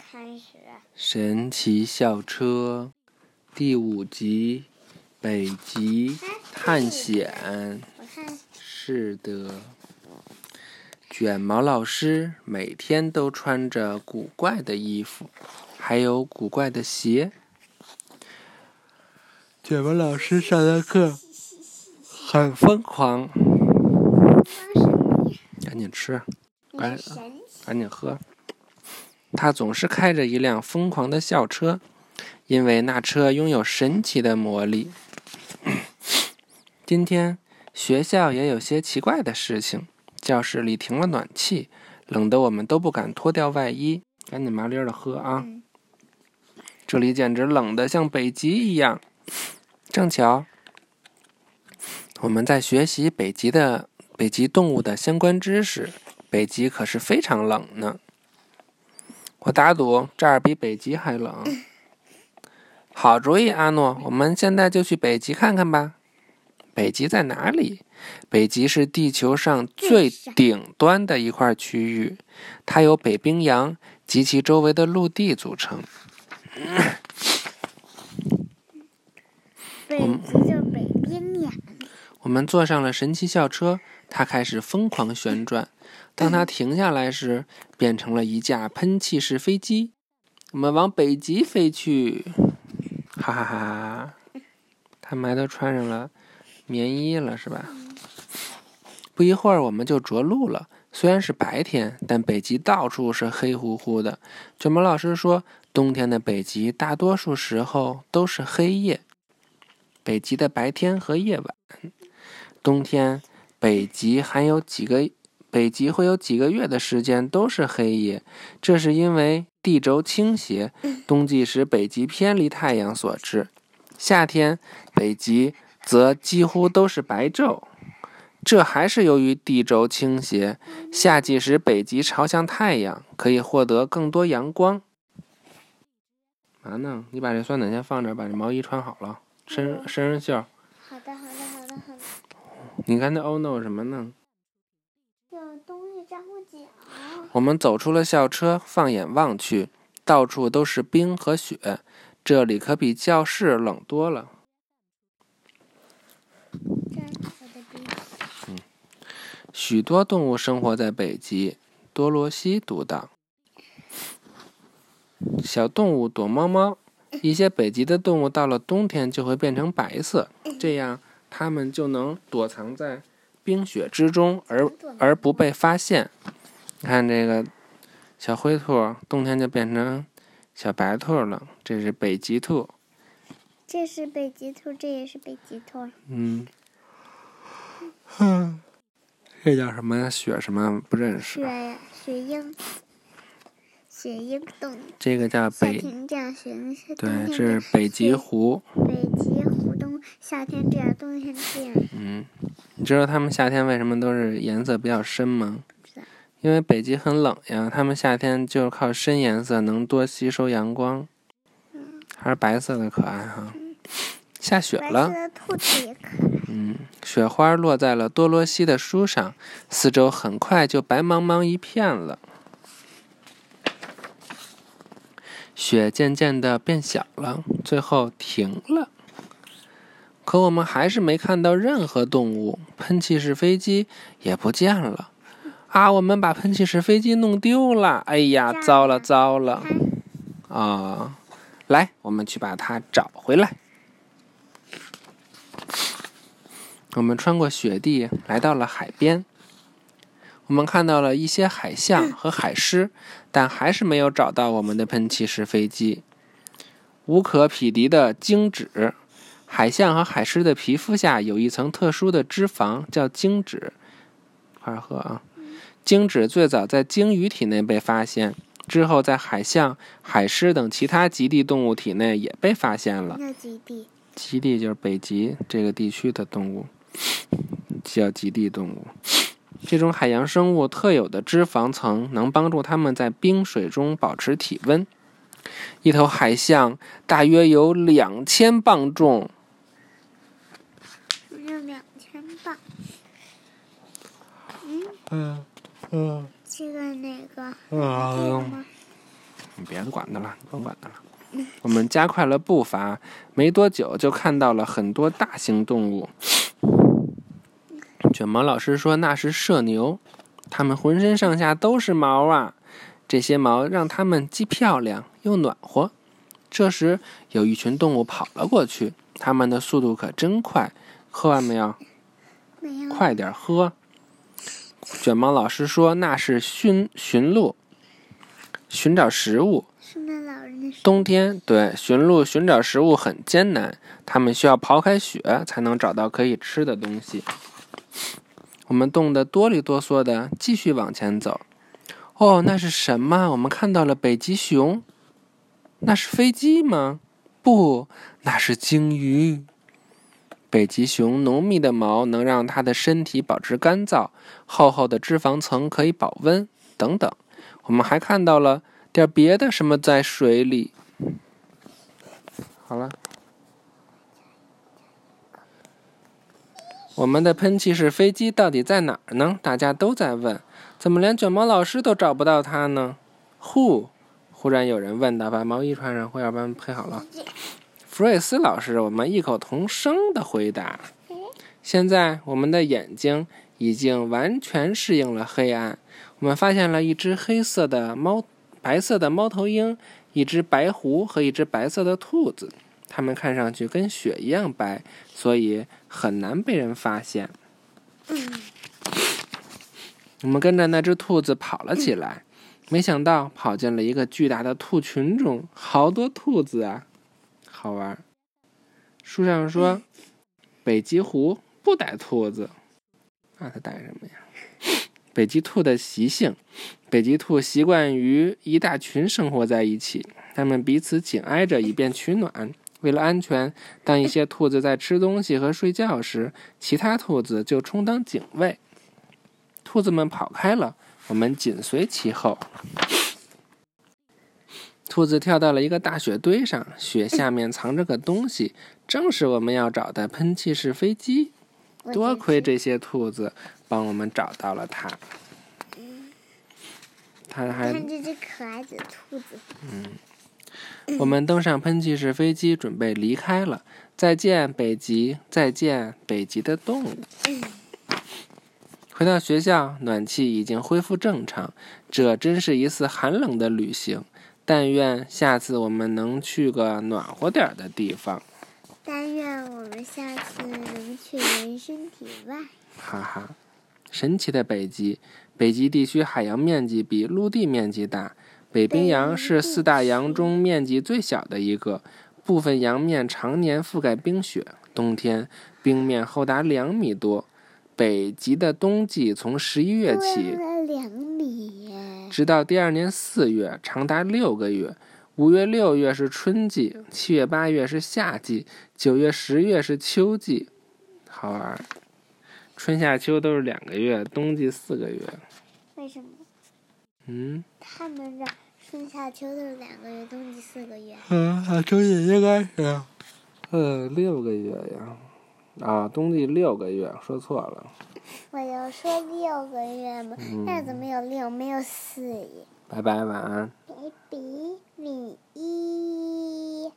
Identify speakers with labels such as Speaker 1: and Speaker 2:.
Speaker 1: 开始。
Speaker 2: 神奇校车第5集，北极探险。是的，卷毛老师每天都穿着古怪的衣服，还有古怪的鞋。卷毛老师上的课很疯狂。赶紧吃，赶紧喝。他总是开着一辆疯狂的校车，因为那车拥有神奇的魔力。今天学校也有些奇怪的事情，教室里停了暖气，冷得我们都不敢脱掉外衣。赶紧麻利的喝啊！这里简直冷得像北极一样。正巧我们在学习北极动物的相关知识，北极可是非常冷呢。我打赌这儿比北极还冷。好主意，阿诺，我们现在就去北极看看吧。北极在哪里？北极是地球上最顶端的一块区域，它由北冰洋及其周围的陆地组成。
Speaker 1: 北极就是北冰洋。
Speaker 2: 我们坐上了神奇校车，它开始疯狂旋转。当它停下来时，变成了一架喷气式飞机。我们往北极飞去，哈哈哈哈！他们还都穿上了棉衣了，是吧？不一会儿我们就着陆了。虽然是白天，但北极到处是黑乎乎的。卷毛老师说，冬天的北极大多数时候都是黑夜。北极的白天和夜晚，冬天北极会有几个月的时间都是黑夜，这是因为地轴倾斜，冬季时北极偏离太阳所致。夏天北极则几乎都是白昼，这还是由于地轴倾斜。夏季时北极朝向太阳，可以获得更多阳光。嘛呢？你把这酸奶先放这儿，把这毛衣穿好了，伸袖。
Speaker 1: 好的。
Speaker 2: 你看那oh no什么呢？
Speaker 1: 有东西扎我脚。
Speaker 2: 我们走出了校车，放眼望去，到处都是冰和雪，这里可比教室冷多了。许多动物生活在北极，多罗西读道。小动物躲猫猫，一些北极的动物到了冬天就会变成白色，这样它们就能躲藏在冰雪之中而不被发现。你看这个小灰兔，冬天就变成小白兔了，这是北极兔。
Speaker 1: 这是北极兔，这也是北极兔。
Speaker 2: 这叫什么雪什么不认识？
Speaker 1: 雪鹰洞。
Speaker 2: 这个叫
Speaker 1: 夏天这样雪，
Speaker 2: 对，这是北极狐。
Speaker 1: 北极狐夏天这样，冬天这样。
Speaker 2: 你知道他们夏天为什么都是颜色比较深吗？因为北极很冷呀，他们夏天就靠深颜色能多吸收阳光。还是白色的可爱哈。下雪了。
Speaker 1: 白色的兔子也可爱。
Speaker 2: 雪花落在了多罗西的书上，四周很快就白茫茫一片了。雪渐渐地变小了，最后停了。可我们还是没看到任何动物，喷气式飞机也不见了。我们把喷气式飞机弄丢了！哎呀，糟了！来，我们去把它找回来。我们穿过雪地，来到了海边。我们看到了一些海象和海狮，但还是没有找到我们的喷气式飞机。无可匹敌的鲸脂，海象和海狮的皮肤下有一层特殊的脂肪，叫鲸脂。快点喝啊！鲸脂最早在鲸鱼体内被发现，之后在海象、海狮等其他极地动物体内也被发现了。极地就是北极这个地区的动物，叫极地动物。这种海洋生物特有的脂肪层能帮助它们在冰水中保持体温。一头海象大约有2000磅重。
Speaker 1: 有2000磅。这个哪个？
Speaker 2: 你别管它了，你甭管它了。我们加快了步伐，没多久就看到了很多大型动物。卷毛老师说那是麝牛，它们浑身上下都是毛啊，这些毛让它们既漂亮又暖和。这时有一群动物跑了过去，它们的速度可真快，喝完没有？
Speaker 1: 没有。
Speaker 2: 快点喝。卷毛老师说那是驯鹿，寻找食物。
Speaker 1: 圣诞老人的
Speaker 2: 冬天，对，驯鹿寻找食物很艰难，它们需要刨开雪才能找到可以吃的东西。我们冻得哆里哆嗦的，继续往前走。哦，那是什么？我们看到了北极熊。那是飞机吗？不，那是鲸鱼。北极熊浓密的毛能让它的身体保持干燥，厚厚的脂肪层可以保温，等等。我们还看到了点别的什么在水里。好了，我们的喷气式飞机到底在哪儿呢？大家都在问，怎么连卷毛老师都找不到它呢？忽然有人问道，把毛衣穿上，或要不然配好了。福瑞斯老师，我们异口同声的回答。现在我们的眼睛已经完全适应了黑暗，我们发现了一只白色的猫头鹰，一只白狐和一只白色的兔子，它们看上去跟雪一样白，所以很难被人发现。我们跟着那只兔子跑了起来，没想到跑进了一个巨大的兔群中，好多兔子啊，好玩。书上说北极狐不逮兔子，那它逮什么呀？北极兔的习性，北极兔习惯于一大群生活在一起，它们彼此紧挨着以便取暖。为了安全，当一些兔子在吃东西和睡觉时，其他兔子就充当警卫。兔子们跑开了，我们紧随其后。兔子跳到了一个大雪堆上，雪下面藏着个东西，正是我们要找的喷气式飞机。多亏这些兔子帮我们找到了它。
Speaker 1: 看这只可爱的兔子。
Speaker 2: 我们登上喷气式飞机，准备离开了。再见，北极！再见，北极的动物。回到学校，暖气已经恢复正常。这真是一次寒冷的旅行。但愿下次我们能去个暖和点的地方。
Speaker 1: 但愿我们下次能去人参体外。
Speaker 2: 哈哈，神奇的北极！北极地区海洋面积比陆地面积大。北冰洋是4大洋中面积最小的一个，部分洋面常年覆盖冰雪，冬天冰面厚达2米多。北极的冬季从11月起
Speaker 1: 2米耶，
Speaker 2: 直到第2年4月，长达6个月。5月、6月是春季，7月、8月是夏季，9月、10月是秋季。好玩，春夏秋都是2个月，冬季4个月。
Speaker 1: 为什么？
Speaker 2: 他
Speaker 1: 们这春夏秋都是2个月，冬季4个月。
Speaker 2: 冬季应该是6个月呀。冬季6个月，说错了。
Speaker 1: 我要说6个月嘛，但是怎么有6没有4耶？
Speaker 2: 拜拜，晚安。
Speaker 1: 比米一。